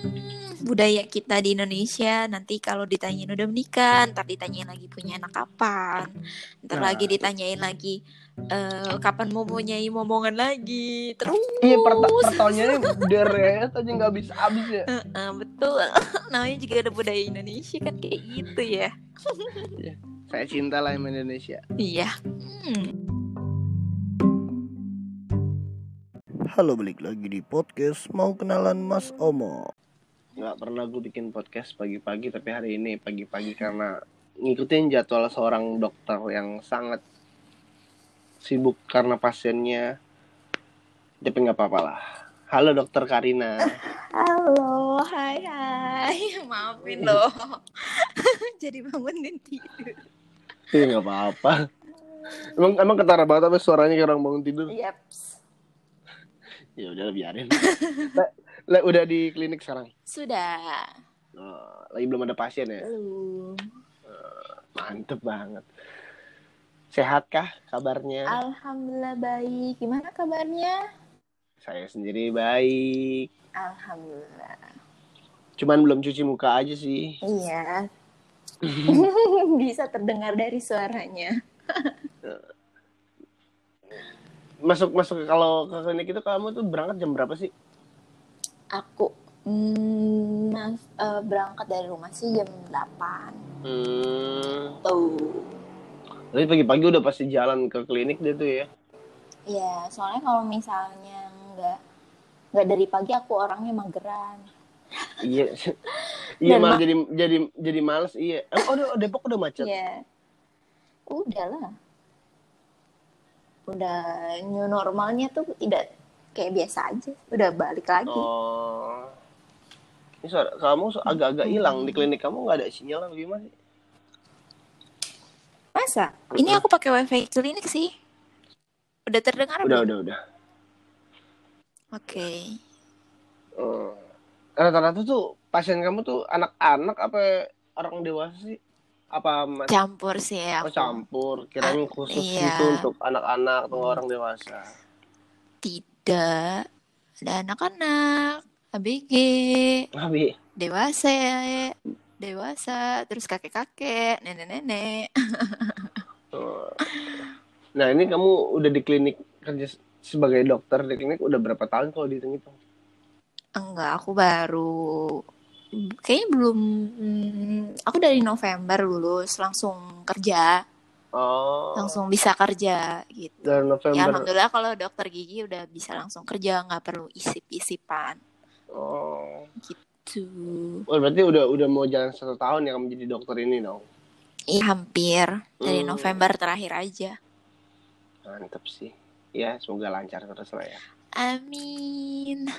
budaya kita di Indonesia. Nanti kalau ditanyain udah menikah, ntar ditanyain lagi punya anak kapan, ntar lagi ditanyain lagi kapan mau punya momongan lagi, terus. Iya, pertanyaannya deret aja nggak habis ya. Betul. Namanya juga ada budaya Indonesia kan kayak gitu ya. Saya cinta lah sama Indonesia. Iya. Halo, balik lagi di podcast Mau Kenalan Mas Omo. Nggak pernah gue bikin podcast pagi-pagi, tapi hari ini pagi-pagi karena ngikutin jadwal seorang dokter yang sangat sibuk karena pasiennya. Tapi nggak apa-apa lah. Halo Dokter Karina. Halo, hai. Maafin loh. Jadi bangunin tidur. Iya, nggak apa-apa. Emang ketara banget apa suaranya kayak orang bangun tidur? Yaps. Ya udah biarin. Udah di klinik sekarang? Sudah. Lagi belum ada pasien ya? Belum. Mantep banget. Sehatkah kabarnya? Alhamdulillah baik. Gimana kabarnya? Saya sendiri baik. Alhamdulillah. Cuman belum cuci muka aja sih. Iya. Bisa terdengar dari suaranya. Masuk kalau ke klinik itu kamu tuh berangkat jam berapa sih? Aku berangkat dari rumah sih jam 8. Tuh. Tapi pagi-pagi udah pasti jalan ke klinik deh tuh ya? Iya, soalnya kalau misalnya nggak dari pagi aku orangnya mageran. Iya. Malah jadi males. Iya. Depok udah macet. Iya. Udahlah. Udah new normalnya tuh tidak kayak biasa aja. Udah balik lagi. Oh. Ini suara kamu agak-agak hilang. Di klinik kamu nggak ada sinyal atau gimana sih? Masa? Ini aku pakai wifi klinik sih. Udah terdengar? Udah. Oke. Rata-rata tuh pasien kamu tuh anak-anak apa orang dewasa sih? Apa campur sih ya aku. Campur. Kirain khusus gitu untuk anak-anak atau orang dewasa. Tidak. Ada anak-anak, ABG, dewasa, terus kakek-kakek, nenek-nenek. Nah, ini kamu udah di klinik kerja sebagai dokter di klinik udah berapa tahun kalau dihitung-hitung? Enggak, aku baru kayaknya belum. Aku dari November lulus langsung kerja. Langsung bisa kerja gitu. Dari November. Ya alhamdulillah kalau dokter gigi udah bisa langsung kerja, nggak perlu isip-isipan. Gitu. Berarti udah mau jalan 1 tahun ya kamu jadi dokter ini dong? Iya hampir. Dari November terakhir aja. Mantep sih. Ya semoga lancar terus lah ya. Amin.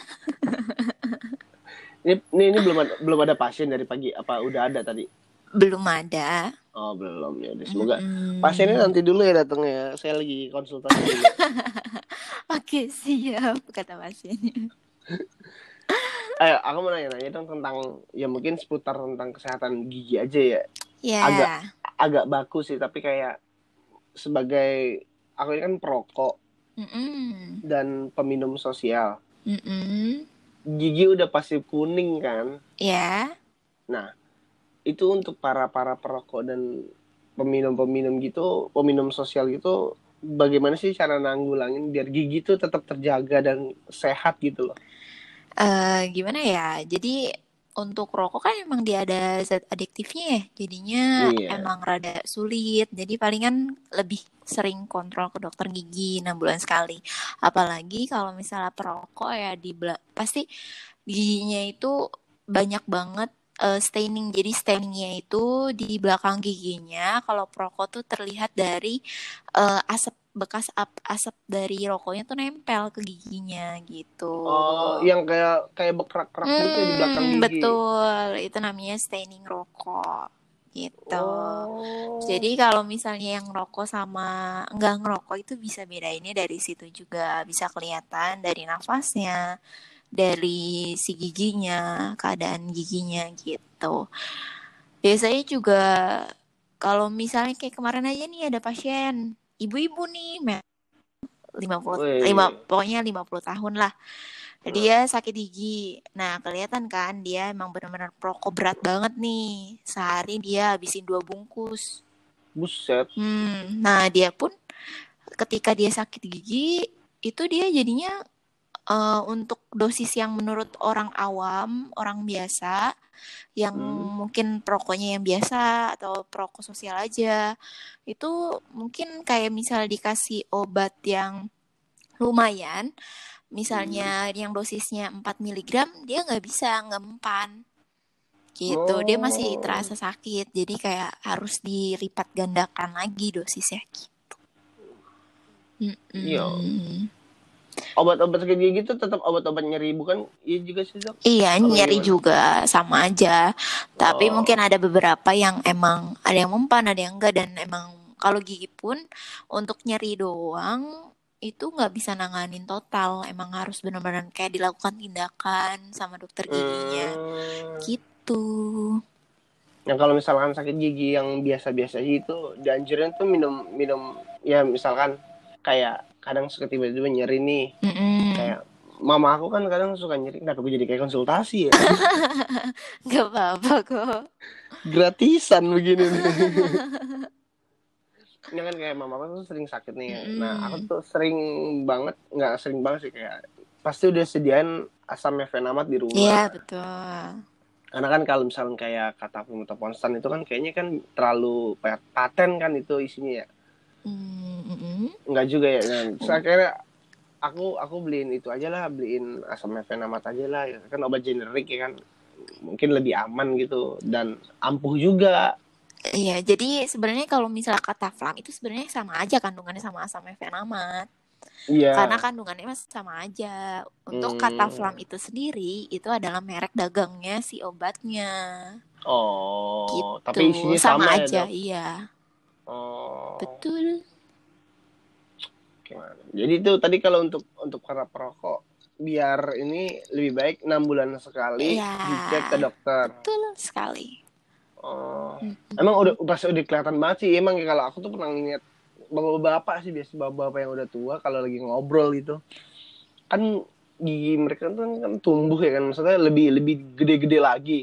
Ini belum ada pasien dari pagi apa udah ada tadi? Belum ada. Oh belum ya. Semoga pasiennya nanti dulu ya datangnya ya. Saya lagi konsultasi dulu. Oke siap kata pasiennya. Ayo aku mau nanya dong tentang ya mungkin seputar tentang kesehatan gigi aja ya. Agak baku sih tapi kayak sebagai aku ini kan perokok dan peminum sosial. Gigi udah pasti kuning kan? Iya. Nah, itu untuk para perokok dan peminum gitu, peminum sosial gitu, bagaimana sih cara nanggulangin biar gigi tuh tetap terjaga dan sehat gitu loh? Gimana ya? Jadi untuk rokok kan emang dia ada zat adiktifnya ya, jadinya emang rada sulit. Jadi palingan lebih sering kontrol ke dokter gigi 6 bulan sekali. Apalagi kalau misalnya perokok ya pasti giginya itu banyak banget staining. Jadi stainingnya itu di belakang giginya. Kalau perokok tuh terlihat dari bekas asap dari rokoknya tuh nempel ke giginya gitu. Oh, yang kayak bekrak-krak gitu di belakang gigi. Betul, itu namanya staining rokok gitu. Jadi kalau misalnya yang rokok sama enggak ngerokok itu bisa bedainnya dari situ juga, bisa kelihatan dari nafasnya, dari si giginya, keadaan giginya gitu. Biasanya juga kalau misalnya kayak kemarin aja nih ada pasien ibu-ibu nih 50 pokoknya 50 tahun lah. Dia sakit gigi. Nah, kelihatan kan dia emang benar-benar perokok berat banget nih. Sehari dia habisin 2 bungkus. Buset. Nah, dia pun ketika dia sakit gigi, itu dia jadinya untuk dosis yang menurut orang awam, orang biasa, yang mungkin perokoknya yang biasa atau perokok sosial aja, itu mungkin kayak misal dikasih obat yang lumayan, misalnya yang dosisnya 4 mg, dia nggak bisa ngempan gitu. Dia masih terasa sakit, jadi kayak harus dilipat gandakan lagi dosisnya gitu. Iya. Obat-obat kayak gitu tetap obat-obat nyeri, bukan? Iya juga sih, Dok. Iya, nyeri juga, sama aja. Tapi mungkin ada beberapa yang emang ada yang mempan, ada yang enggak. Dan emang kalau gigi pun untuk nyeri doang itu nggak bisa nanganin total. Emang harus benar-benar kayak dilakukan tindakan sama dokter giginya gitu. Yang kalau misalkan sakit gigi yang biasa-biasa itu dianjurin tuh minum ya, misalkan kayak kadang suka tiba-tiba nyeri nih. Kayak mama aku kan kadang suka nyeri. Kenapa gue jadi kayak konsultasi ya? Gak apa-apa kok. Gratisan begini nih. Ini kan kayak mama aku tuh sering sakit nih. Nah, aku tuh sering banget, nggak sering banget sih, kayak pasti udah sediain asam mefenamat di rumah. Iya, betul. Karena kan kalau misalnya kayak kata Ponstan itu kan kayaknya kan terlalu paten kan itu isinya ya. Enggak juga ya. Nah, saya kira aku beliin itu aja lah, beliin asam mefenamat aja lah. Kan obat generik ya kan, mungkin lebih aman gitu dan ampuh juga. Iya, jadi sebenarnya kalau misalnya Kataflam itu sebenarnya sama aja kandungannya sama asam mefenamat. Iya. Karena kandungannya masih sama aja. Untuk Kataflam itu sendiri itu adalah merek dagangnya si obatnya. Oh, gitu. Tapi isinya sama sama aja, ya, Dok? Iya. Oh. Betul. Gimana? Jadi itu tadi kalau untuk para perokok, biar ini lebih baik 6 bulan sekali dicek ke dokter. Betul sekali. Oh. Emang udah kelihatan banget sih. Emang kalau aku tuh pernah lihat bapak-bapak sih, biasa bapak-bapak yang udah tua kalau lagi ngobrol gitu. Kan gigi mereka tuh kan tumbuh ya kan, maksudnya lebih gede-gede lagi.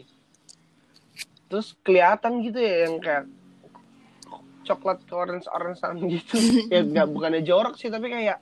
Terus kelihatan gitu ya yang kayak coklat ke orange-orangean gitu. Ya nggak, bukannya jorok sih, tapi kayak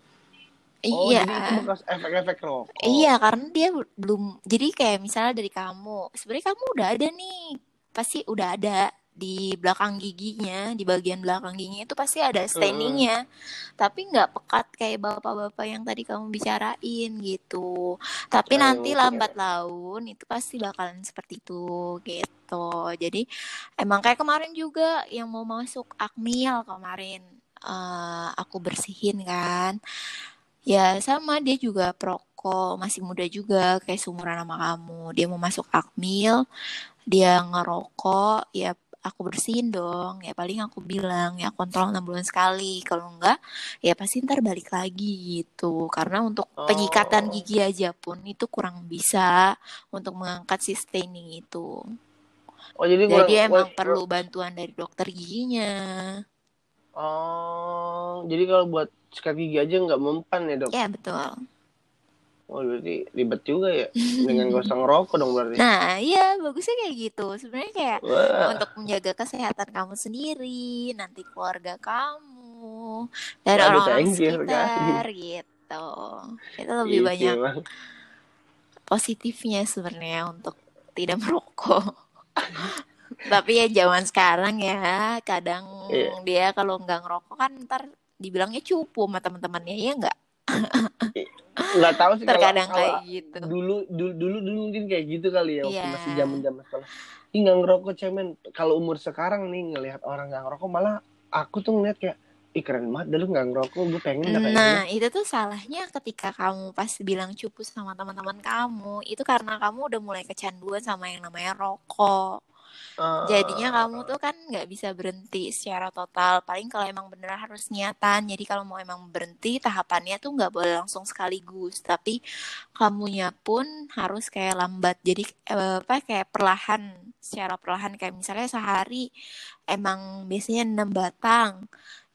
iya. Jadi itu bekas efek-efek rokok. Iya, karena dia belum. Jadi kayak misalnya dari kamu, sebenarnya kamu udah ada nih, pasti udah ada di belakang giginya, di bagian belakang giginya itu pasti ada stainingnya, tapi nggak pekat kayak bapak-bapak yang tadi kamu bicarain gitu. Tapi nanti lambat laun itu pasti bakalan seperti itu gitu. Jadi emang kayak kemarin juga yang mau masuk Akmil kemarin, aku bersihin kan. Ya sama, dia juga perokok, masih muda juga, kayak seumuran sama kamu. Dia mau masuk Akmil, dia ngerokok, ya aku bersihin dong. Ya paling aku bilang, ya kontrol 6 bulan sekali. Kalau enggak, ya pasti ntar balik lagi gitu. Karena untuk penyikatan gigi aja pun itu kurang bisa untuk mengangkat si staining itu. Jadi emang perlu bantuan dari dokter giginya. Oh, jadi kalau buat sikat gigi aja nggak mempan ya, Dok? Ya, betul. Oh, berarti ribet juga ya. Dengan gak usah ngerokok dong berarti. Nah, iya, bagusnya kayak gitu. Sebenarnya kayak untuk menjaga kesehatan kamu sendiri, nanti keluarga kamu, dan orang-orang sekitar gitu. Itu lebih banyak positifnya sebenarnya untuk tidak merokok. Tapi ya zaman sekarang ya, kadang dia kalau nggak ngerokok kan ntar dibilangnya cupu sama teman-temannya, ya nggak? Nggak tahu sih, terkadang kalau kayak gitu. Dulu mungkin kayak gitu kali ya, waktu masih zaman sekolah. Ih, nggak ngerokok cemen. Kalau umur sekarang nih ngelihat orang nggak ngerokok, malah aku tuh ngeliat kayak, ih keren banget, dulu nggak ngerokok, gue pengen udah kayak Nah, itu tuh salahnya ketika kamu pas bilang cupu sama teman-teman kamu, itu karena kamu udah mulai kecanduan sama yang namanya rokok. Jadinya kamu tuh kan nggak bisa berhenti secara total. Paling kalau emang bener harus niatan. Jadi kalau mau emang berhenti, tahapannya tuh nggak boleh langsung sekaligus. Tapi kamunya pun harus kayak lambat. Jadi kayak perlahan, secara perlahan. Kayak misalnya sehari emang biasanya 6 batang.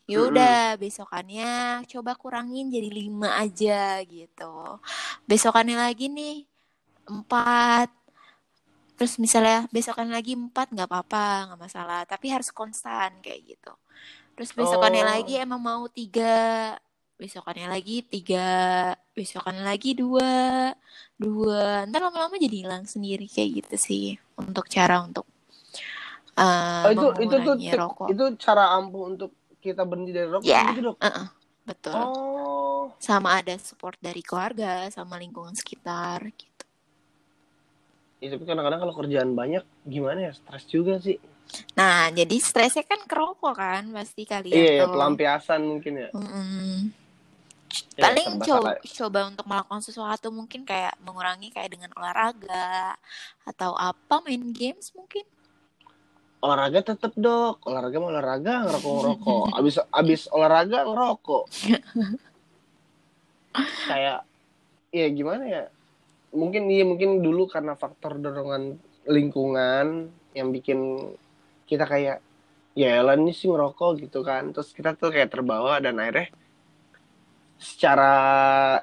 Ya udah besokannya coba kurangin jadi 5 aja gitu. Besokannya lagi nih 4. Terus misalnya besokan lagi 4 nggak apa-apa, nggak masalah. Tapi harus konstan kayak gitu. Terus besokannya lagi emang mau 3. Besokannya lagi 3. Besokannya lagi 2. 2. Ntar lama-lama jadi hilang sendiri kayak gitu sih. Untuk cara untuk mengurangi rokok. Itu cara ampuh untuk kita berhenti dari rokok gitu dok? Betul. Sama ada support dari keluarga, sama lingkungan sekitar gitu. Ya, tapi kadang-kadang kalau kerjaan banyak gimana ya, stres juga sih. Nah, jadi stresnya kan kerokok kan pasti kalian Iya, pelampiasan mungkin ya. Paling coba untuk melakukan sesuatu mungkin kayak mengurangi kayak dengan olahraga atau apa, main games mungkin. Olahraga tetap dok, olahraga mau olahraga, ngerokok. abis olahraga ngerokok. Kayak ya gimana ya, mungkin dulu karena faktor dorongan lingkungan yang bikin kita kayak ya elah nih sih ngerokok gitu kan, terus kita tuh kayak terbawa dan akhirnya secara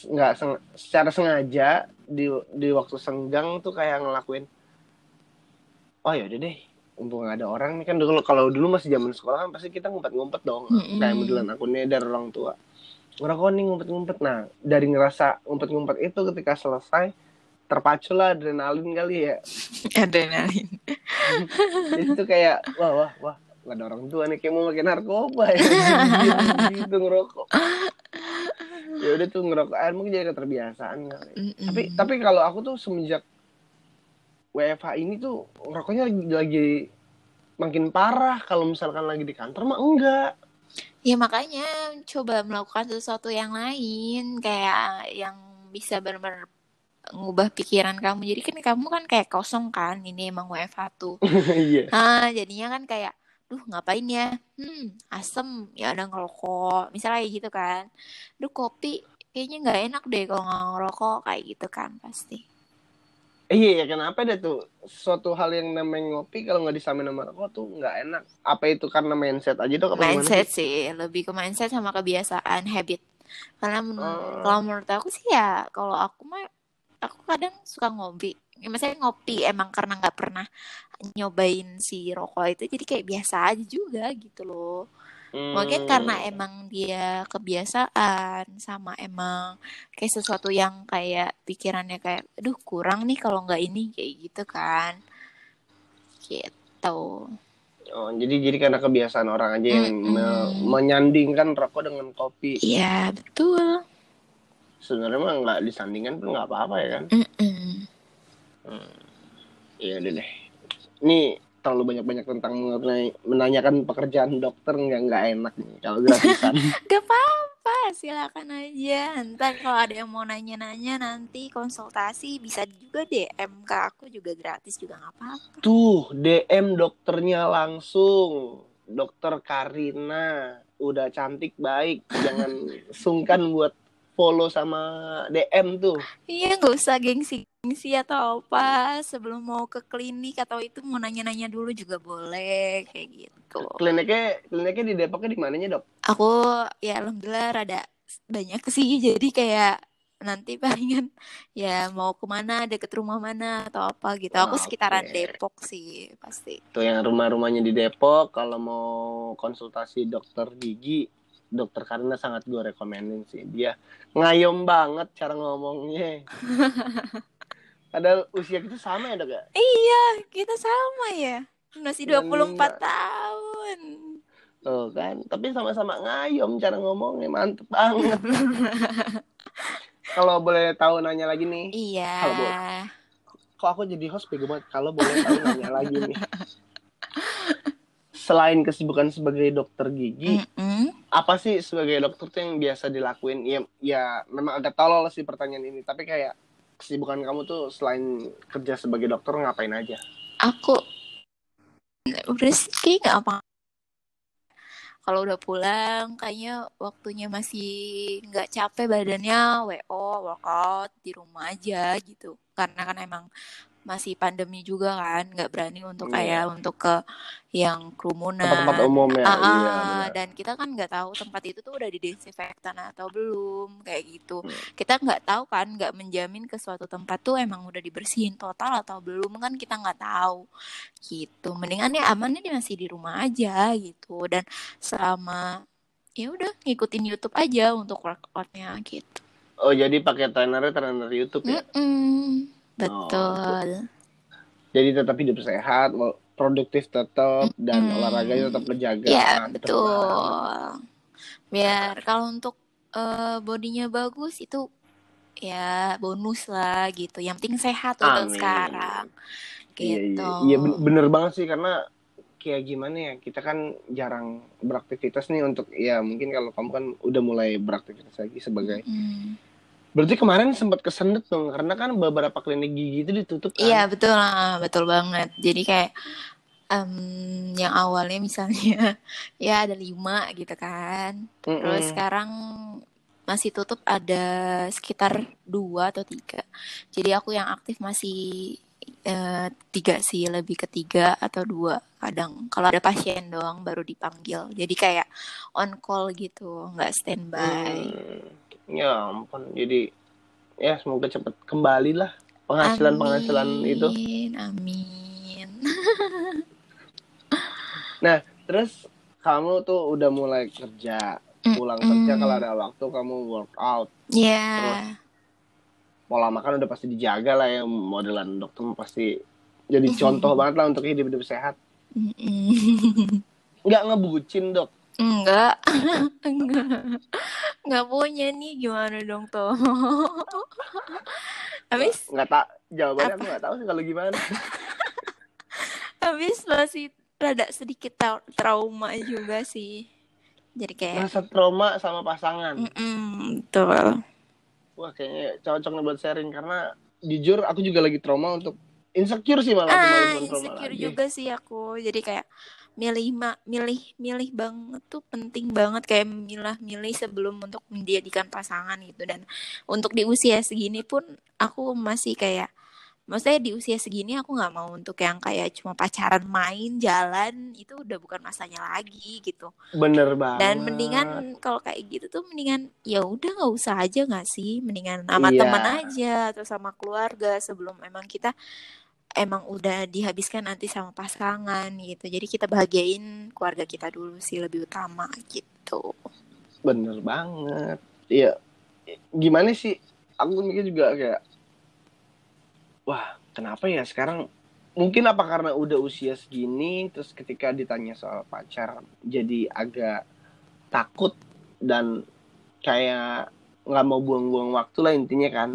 sengaja di waktu senggang tuh kayak ngelakuin, oh ya udah deh, mumpung gak ada orang nih kan. Kalau dulu masih zaman sekolah kan pasti kita ngumpet-ngumpet dong, kayak modelan akunnya dari orang tua, ngerokok nih ngumpet-ngumpet. Nah dari ngerasa ngumpet-ngumpet itu ketika selesai terpacu lah adrenalin kali ya. Adrenalin. Jadi tuh kayak wah gak ada orang tua nih, kayak mau makin narkoba ya. Gitu ngerokok. Ya udah tuh ngerokok, mungkin jadi keterbiasaan kali. Tapi kalau aku tuh semenjak WFH ini tuh ngerokoknya lagi makin parah. Kalau misalkan lagi di kantor mah enggak. Ya makanya coba melakukan sesuatu yang lain, kayak yang bisa benar-benar ngubah pikiran kamu. Jadi kan kamu kan kayak kosong kan, ini emang WFH tuh. Jadinya kan kayak ngapain ya, asem, ya udah ngerokok misalnya gitu kan. Kopi kayaknya nggak enak deh kalau nggak ngerokok, kayak gitu kan pasti. Iya, kenapa deh tuh suatu hal yang namanya ngopi kalau nggak disamain sama rokok tuh nggak enak. Apa itu karena mindset aja dong? Mindset sih, lebih ke mindset sama kebiasaan, habit. Karena kalau menurut aku sih ya, kalau aku kadang suka ngopi. Misalnya ngopi emang karena nggak pernah nyobain si rokok itu, jadi kayak biasa aja juga gitu loh. Mungkin karena emang dia kebiasaan, sama emang kayak sesuatu yang kayak pikirannya kayak aduh kurang nih kalau nggak ini, kayak gitu kan gitu. Jadi karena kebiasaan orang aja yang menyandingkan rokok dengan kopi. Iya betul. Sebenarnya mah nggak disandingkan pun nggak apa-apa ya kan. Iya deh. Ini terlalu banyak tentang menanyakan pekerjaan dokter, nggak enak nih kalau gratisan. Gak apa-apa, silakan aja. Ntar kalau ada yang mau nanya-nanya nanti konsultasi bisa juga DM ke aku juga gratis juga nggak apa-apa. Tuh DM dokternya langsung, Dokter Karina, udah cantik baik, jangan sungkan buat follow sama DM tuh. Iya, nggak usah gengsi atau apa, sebelum mau ke klinik atau itu mau nanya-nanya dulu juga boleh kayak gitu. Kliniknya di Depoknya di mananya dok? Aku ya alhamdulillah rada banyak sih, jadi kayak nanti palingan ya mau kemana, deket rumah mana atau apa gitu. Aku sekitaran Depok sih pasti. Tuh yang rumahnya di Depok, kalau mau konsultasi dokter gigi, Dokter Karina sangat gue rekomenin sih. Dia ngayom banget cara ngomongnya. Padahal usia kita sama ya dok ya? Iya, kita sama ya. Masih 24 tahun. Tuh kan, tapi sama-sama ngayom cara ngomongnya, mantep banget. Kalau boleh tahu nanya lagi nih. Iya. Kok aku jadi host bego banget. Kalau boleh tahu nanya lagi nih. Selain kesibukan sebagai dokter gigi, apa sih sebagai dokter tuh yang biasa dilakuin? Ya memang agak tolol sih pertanyaan ini, tapi kayak kesibukan kamu tuh selain kerja sebagai dokter ngapain aja? Aku udah sih nggak apa. Kalau udah pulang kayaknya waktunya masih nggak capek badannya, workout di rumah aja gitu. Karena kan emang masih pandemi juga kan, nggak berani untuk kayak untuk ke yang kerumunan, tempat-tempat umum ya. Iya, benar. Dan kita kan nggak tahu tempat itu tuh udah didesinfektan atau belum kayak gitu. Kita nggak tahu kan, nggak menjamin ke suatu tempat tuh emang udah dibersihin total atau belum, kan kita nggak tahu gitu. Mendingan ya amannya dia masih di rumah aja gitu, dan selama ya udah ngikutin YouTube aja untuk workoutnya gitu. Oh, jadi pakai trainer YouTube ya? Betul. Jadi tetap hidup sehat, produktif tetap, dan olahraganya tetap menjaga. Ya, betul. Biar kalau untuk bodinya bagus itu ya bonus lah gitu. Yang penting sehat untuk sekarang. Gitu. Iya, bener banget sih, karena kayak gimana ya, kita kan jarang beraktivitas nih untuk, ya mungkin kalau kamu kan udah mulai beraktivitas lagi sebagai berarti kemarin sempat kesendet dong, karena kan beberapa klinik gigi itu ditutup kan. Iya, betul banget. Jadi kayak yang awalnya misalnya ya ada 5 gitu kan, terus sekarang masih tutup ada sekitar 2 atau 3. Jadi aku yang aktif masih 3 sih, lebih ke 3 atau 2 kadang. Kalau ada pasien doang baru dipanggil. Jadi kayak on call gitu, nggak standby. Ya ampun, jadi ya semoga cepat kembali lah penghasilan itu. Amin. Nah, terus kamu tuh udah mulai kerja, pulang kerja kalau ada waktu kamu workout. Terus pola makan udah pasti dijaga lah ya, modelan dokter pasti jadi contoh banget lah untuk hidup sehat. Nggak ngebucin, Dok? Enggak punya nih, gimana dong tuh? Habis nggak tak jawabannya aku nggak tahu sih kalau gimana. Habis masih rada sedikit trauma juga sih. Jadi kayak rasa trauma sama pasangan. Betul. Wah, kayaknya cocok nih buat sharing, karena jujur aku juga lagi trauma untuk insecure sih malah. Insecure juga sih aku. Jadi kayak milih banget tuh penting banget, kayak milih sebelum untuk menjadikan pasangan gitu. Dan untuk di usia segini pun aku masih kayak, maksudnya di usia segini aku nggak mau untuk yang kayak cuma pacaran main jalan, itu udah bukan masanya lagi gitu. Bener banget. Dan mendingan kalau kayak gitu tuh mendingan ya udah nggak usah aja nggak sih, mendingan sama teman aja atau sama keluarga sebelum emang kita emang udah dihabiskan nanti sama pasangan gitu. Jadi kita bahagiain keluarga kita dulu sih, lebih utama gitu. Bener banget. Iya. Gimana sih? Aku mikir juga kayak, wah, kenapa ya sekarang? Mungkin apa karena udah usia segini, terus ketika ditanya soal pacar jadi agak takut dan kayak nggak mau buang-buang waktu lah intinya kan.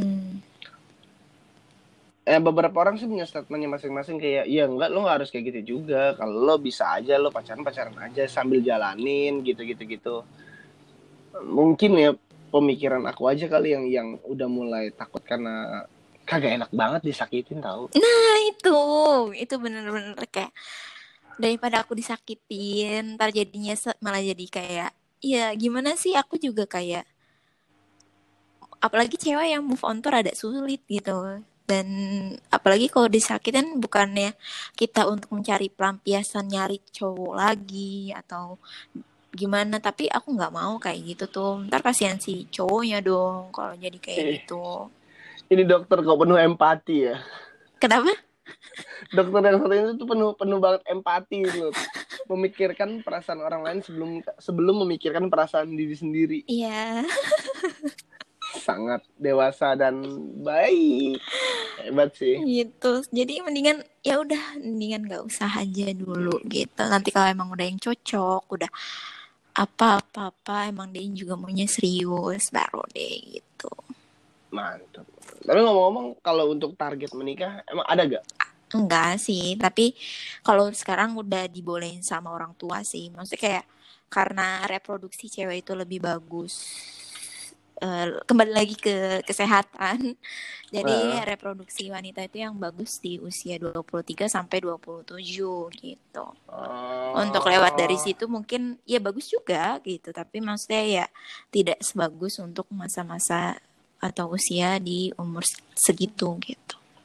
Beberapa orang sih punya statementnya masing-masing kayak, ya enggak, lo nggak harus kayak gitu juga, kalau lo bisa aja lo pacaran aja sambil jalanin gitu. Mungkin ya pemikiran aku aja kali yang udah mulai takut karena kagak enak banget disakitin tahu. Nah itu bener-bener kayak, daripada aku disakitin ntar jadinya malah jadi kayak, ya gimana sih, aku juga kayak, apalagi cewek yang move on tuh rada sulit gitu. Dan apalagi kalau disakitin bukannya kita untuk mencari pelampiasan nyari cowok lagi atau gimana, tapi aku nggak mau kayak gitu tuh, ntar kasihan si cowoknya dong kalau jadi kayak gitu. Ini dokter kok penuh empati ya. Kenapa? Dokter yang satu itu tuh penuh banget empati loh, memikirkan perasaan orang lain sebelum memikirkan perasaan diri sendiri. Iya. Sangat dewasa dan baik, hebat sih. Gitu. Jadi mendingan nggak usah aja dulu gitu. Nanti kalau emang udah yang cocok, udah apa emang dia juga maunya serius, baru deh gitu. Mantap. Tapi ngomong-ngomong, kalau untuk target menikah emang ada gak? Enggak sih, tapi kalau sekarang udah dibolehin sama orang tua sih. Maksudnya kayak karena reproduksi cewek itu lebih bagus. Kembali lagi ke kesehatan. Jadi reproduksi wanita itu yang bagus di usia 23 sampai 27 gitu. Untuk lewat dari situ mungkin ya bagus juga gitu, tapi maksudnya ya tidak sebagus untuk masa-masa atau usia di umur segitu gitu.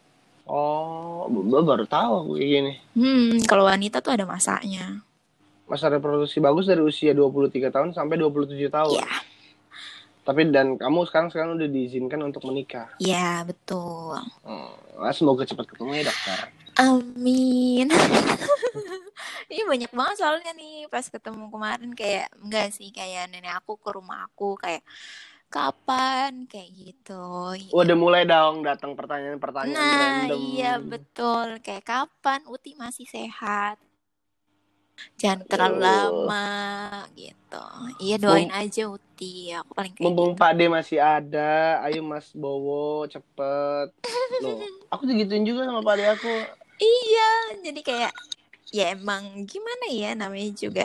Oh, baru tahu aku kayak gini. Kalau wanita tuh ada masanya. Masa reproduksi bagus dari usia 23 tahun sampai 27 tahun. Iya. Tapi dan kamu sekarang udah diizinkan untuk menikah. Iya, betul. Semoga cepat ketemu ya, dokter. Amin. Ini banyak banget soalnya nih pas ketemu kemarin kayak enggak sih, kayak nenek aku ke rumah aku kayak kapan kayak gitu. Udah mulai dong datang pertanyaan-pertanyaan random. Iya betul, kayak kapan Uti masih sehat, jangan terlalu lama gitu. Iya doain aja Uti, aku paling kayak mumpung gitu. Pak D masih ada, ayo Mas Bowo cepet. Loh, aku digituin juga sama Pak D aku. Iya, jadi kayak ya emang gimana ya, namanya juga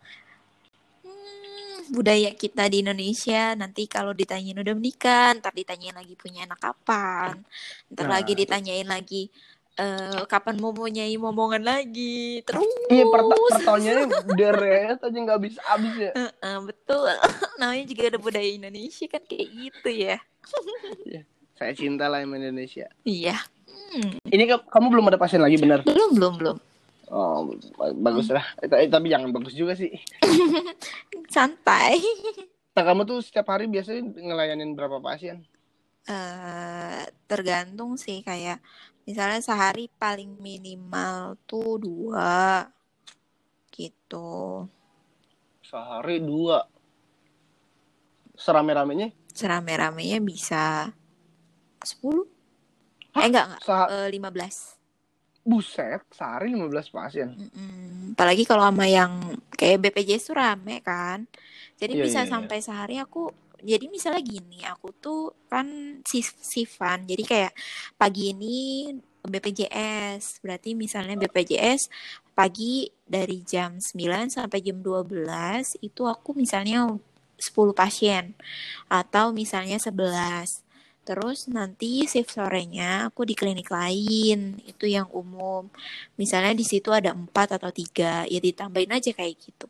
budaya kita di Indonesia. Nanti kalau ditanyain udah menikah, ntar ditanyain lagi punya anak kapan, ntar lagi ditanyain lagi kapan mempunyai momongan lagi, terus iya pertanyaannya deret aja nggak habis ya. Betul. Namanya juga ada budaya Indonesia kan kayak gitu ya. Saya cinta lah sama Indonesia. Iya. Ini kamu belum ada pasien lagi benar? Belum. Oh, bagus lah. Tapi jangan bagus juga sih. Santai. Nah, kamu tuh setiap hari biasanya ngelayanin berapa pasien? Tergantung sih, kayak misalnya sehari paling minimal tuh 2 gitu. Sehari 2. Serame-ramenya? Serame-ramenya bisa 10. Enggak. 15. Buset, sehari 15 pasien. Apalagi kalau sama yang kayak BPJS tuh rame kan. Jadi bisa sampai sehari aku, jadi misalnya gini, aku tuh kan sifan. Jadi kayak pagi ini BPJS. Berarti misalnya BPJS pagi dari jam 9 sampai jam 12 itu aku misalnya 10 pasien atau misalnya 11. Terus nanti shift sorenya aku di klinik lain, itu yang umum. Misalnya di situ ada 4 atau 3, ya ditambahin aja kayak gitu.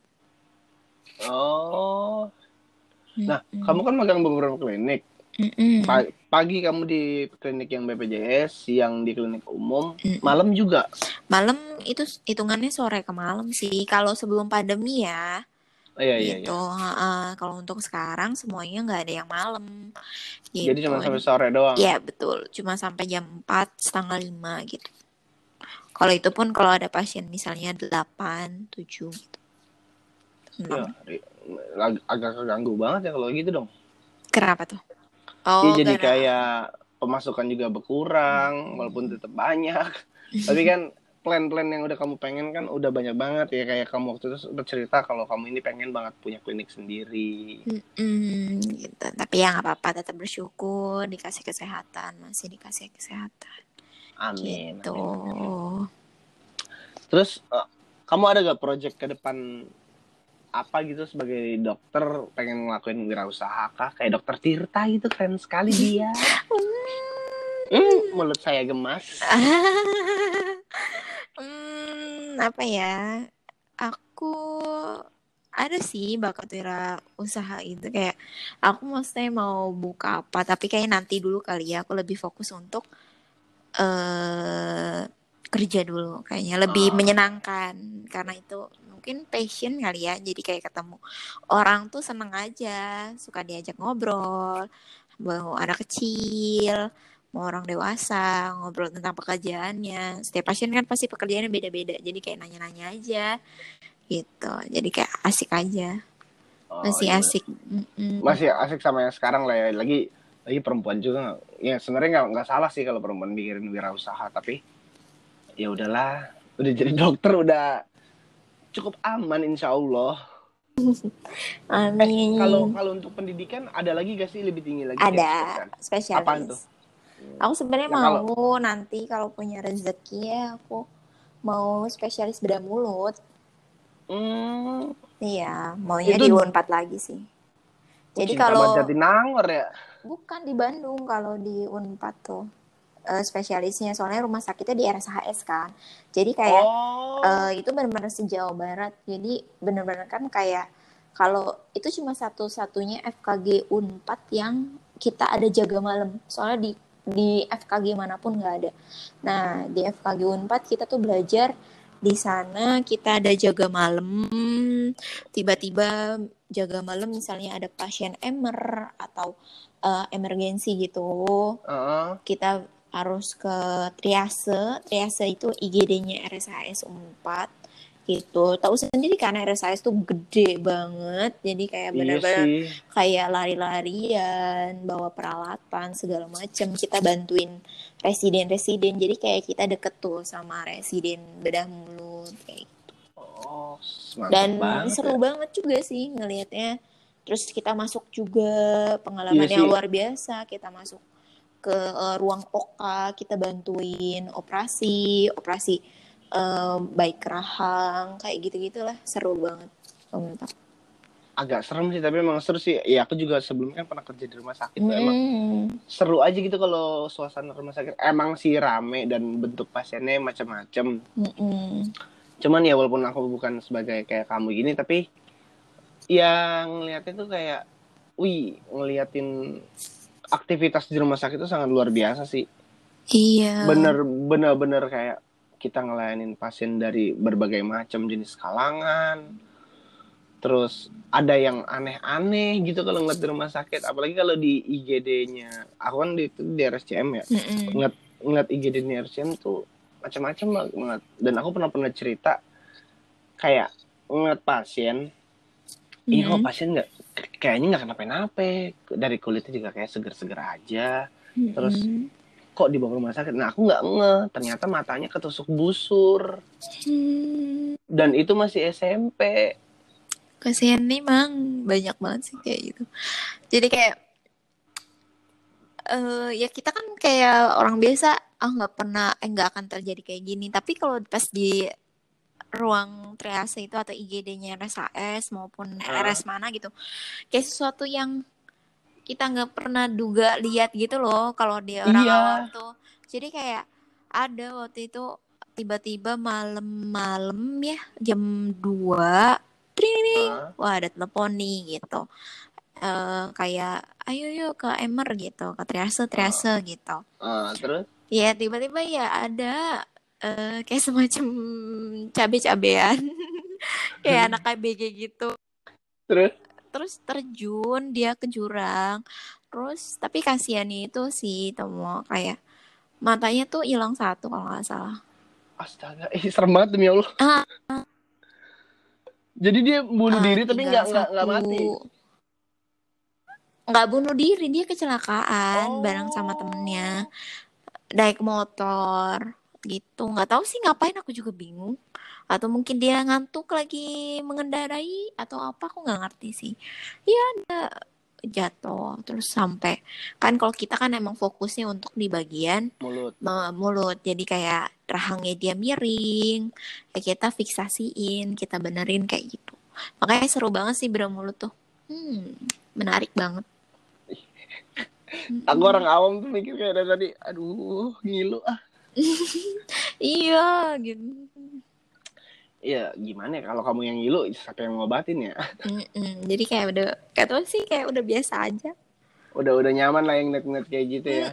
Oh. Nah, kamu kan magang beberapa klinik. Pagi kamu di klinik yang BPJS, siang di klinik umum, malam juga? Malam itu hitungannya sore ke malam sih, kalau sebelum pandemi ya. Iya. Kalau untuk sekarang semuanya nggak ada yang malam gitu. Jadi cuma sampai sore doang? Iya betul, cuma sampai jam 4, setengah 5 gitu. Kalau itu pun kalau ada pasien misalnya 8, 7 gitu. Ya, agak keganggu banget ya kalau gitu dong. Kenapa tuh? Iya, jadi kayak pemasukan juga berkurang walaupun tetap banyak. Tapi kan plan-plan yang udah kamu pengen kan udah banyak banget ya. Kayak kamu waktu itu bercerita kalau kamu ini pengen banget punya klinik sendiri. Gitu. Tapi ya nggak apa-apa, tetap bersyukur dikasih kesehatan, masih dikasih kesehatan. Amin. Gitu. Amin. Terus kamu ada gak project ke depan apa gitu sebagai dokter, pengen ngelakuin wirausaha kah? Kayak dokter Tirta gitu, keren sekali dia. Mulut saya gemas. Apa ya? Aku ada sih bakat usaha itu, kayak aku maksudnya mau buka apa, tapi kayak nanti dulu kali ya, aku lebih fokus untuk kerja dulu, kayaknya lebih menyenangkan karena itu mungkin passion kali ya. Jadi kayak ketemu orang tuh seneng aja, suka diajak ngobrol, mau anak kecil, mau orang dewasa, ngobrol tentang pekerjaannya. Setiap pasien kan pasti pekerjaannya beda-beda, jadi kayak nanya-nanya aja gitu. Jadi kayak asik aja. Masih asik. Masih asik sama yang sekarang lah ya. Lagi perempuan juga. Ya sebenarnya nggak salah sih kalau perempuan mikirin wirausaha, tapi ya udahlah, udah jadi dokter udah cukup aman insya Allah. Amin. Kalau untuk pendidikan ada lagi gak sih lebih tinggi lagi? Ada spesialis. Apaan tuh? Aku sebenarnya mau nanti kalau punya rezeki ya, aku mau spesialis bedah mulut. Iya, maunya di Unpad lagi sih. Jadi kalau Jatinangor ya? Bukan di Bandung, kalau di Unpad tuh spesialisnya, soalnya rumah sakitnya di RSHS kan. Jadi kayak itu benar-benar se-Jawa Barat. Jadi benar-benar kan kayak kalau itu cuma satu-satunya FKG Unpad yang kita ada jaga malam. Soalnya di di FKG manapun nggak ada. Nah, di FKG Unpad kita tuh belajar di sana kita ada jaga malam, tiba-tiba jaga malam misalnya ada pasien emer atau emergensi gitu. Kita harus ke triase. Triase itu IGD-nya RSHS Unpad gitu. Tahu sendiri kan RSHS tuh gede banget. Jadi kayak benar-benar kayak lari-larian, bawa peralatan segala macam. Kita bantuin residen-residen. Jadi kayak kita deket tuh sama residen bedah mulut kayak gitu. Oh, dan seru banget juga sih ngelihatnya. Terus kita masuk juga pengalaman yang luar biasa. Kita masuk ke ruang OKA, kita bantuin operasi baik rahang kayak gitu-gitulah, seru banget. Agak serem sih, tapi emang seru sih. Ya aku juga sebelumnya kan pernah kerja di rumah sakit tuh, emang seru aja gitu kalau suasana rumah sakit. Emang sih rame dan bentuk pasiennya macam-macam. Cuman ya walaupun aku bukan sebagai kayak kamu gini, tapi yang ngeliatnya tuh kayak, ngeliatin aktivitas di rumah sakit itu sangat luar biasa sih. Iya. Bener kayak kita ngelayanin pasien dari berbagai macam jenis kalangan. Terus ada yang aneh-aneh gitu kalau ngeliat di rumah sakit, apalagi kalau di IGD-nya. Aku kan di RSCM ya. Ngeliat IGD di RSCM tuh macam-macam banget. Dan aku pernah cerita kayak ngeliat pasien, kok pasien kayaknya nggak kenapa-napa, dari kulitnya juga kayak seger-seger aja. Terus kok dibawa ke rumah sakit? Nah aku nggak ternyata matanya ketusuk busur. Dan itu masih SMP. Kasian nih Mang, banyak banget sih kayak gitu. Jadi kayak ya kita kan kayak orang biasa, nggak akan terjadi kayak gini. Tapi kalau pas di ruang triase itu atau IGD-nya RSHS maupun RS mana gitu, kayak sesuatu yang kita nggak pernah duga lihat gitu loh kalau di orang awam tuh. Jadi kayak ada waktu itu tiba-tiba malam-malam ya jam 2 wah ada telepon nih gitu, kayak ayo yuk ke emer gitu, ke triase gitu. Terus ya tiba-tiba ya ada kayak semacam cabe-cabean kayak anak KBG gitu. Terus terjun dia ke jurang. Terus tapi kasihannya itu sih Tomo, kayak matanya tuh hilang satu kalau nggak salah. Astaga, serem banget demi Allah. Jadi dia bunuh diri tapi nggak mati. Nggak bunuh diri, dia kecelakaan bareng sama temennya, naik motor gitu. Nggak tahu sih ngapain, aku juga bingung. Atau mungkin dia ngantuk lagi mengendarai atau apa, aku nggak ngerti sih. Ya ada jatuh terus sampai, kan kalau kita kan emang fokusnya untuk di bagian mulut, jadi kayak rahangnya dia miring, ya kita fiksasiin, kita benerin kayak gitu. Makanya seru banget sih bedah mulut tuh, menarik banget. Aku orang awam tuh mikir kayak dari tadi, aduh ngilu iya gitu. Iya gimana ya, kalau kamu yang ngilu siapa yang ngobatin ya? Jadi kayak udah, gak tau sih, kayak udah biasa aja. Udah nyaman lah yang net kayak gitu ya.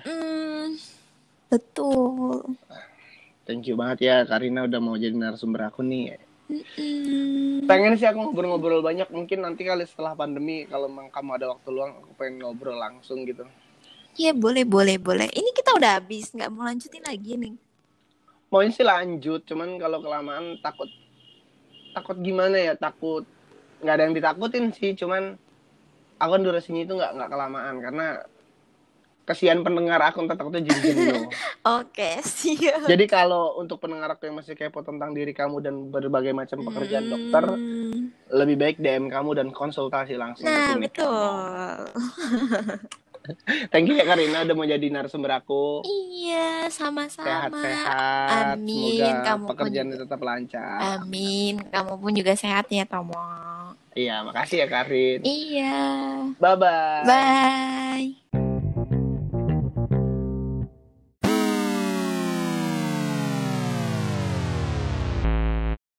Betul. Thank you banget ya Karina udah mau jadi narasumber aku nih. Pengen sih aku ngobrol-ngobrol banyak, mungkin nanti kali setelah pandemi kalau memang kamu ada waktu luang, aku pengen ngobrol langsung gitu. Iya boleh. Ini kita udah habis, nggak mau lanjutin lagi nih. Maunya sih lanjut, cuman kalau kelamaan takut gimana ya, takut nggak ada yang ditakutin sih, cuman aku kan durasinya itu nggak kelamaan karena kasihan pendengar aku, ntar takutnya jadi jenuh. Oke, siap. Jadi kalau untuk pendengar aku yang masih kepo tentang diri kamu dan berbagai macam pekerjaan dokter, lebih baik DM kamu dan konsultasi langsung ke klinik kamu. Thank you ya Karina udah mau jadi narasumber aku. Iya, sama-sama. Sehat-sehat. Amin. Semoga kamu pekerjaannya tetap lancar. Amin. Kamu pun juga sehat ya, Tomo. Iya, makasih ya Karin. Iya. Bye-bye. Bye.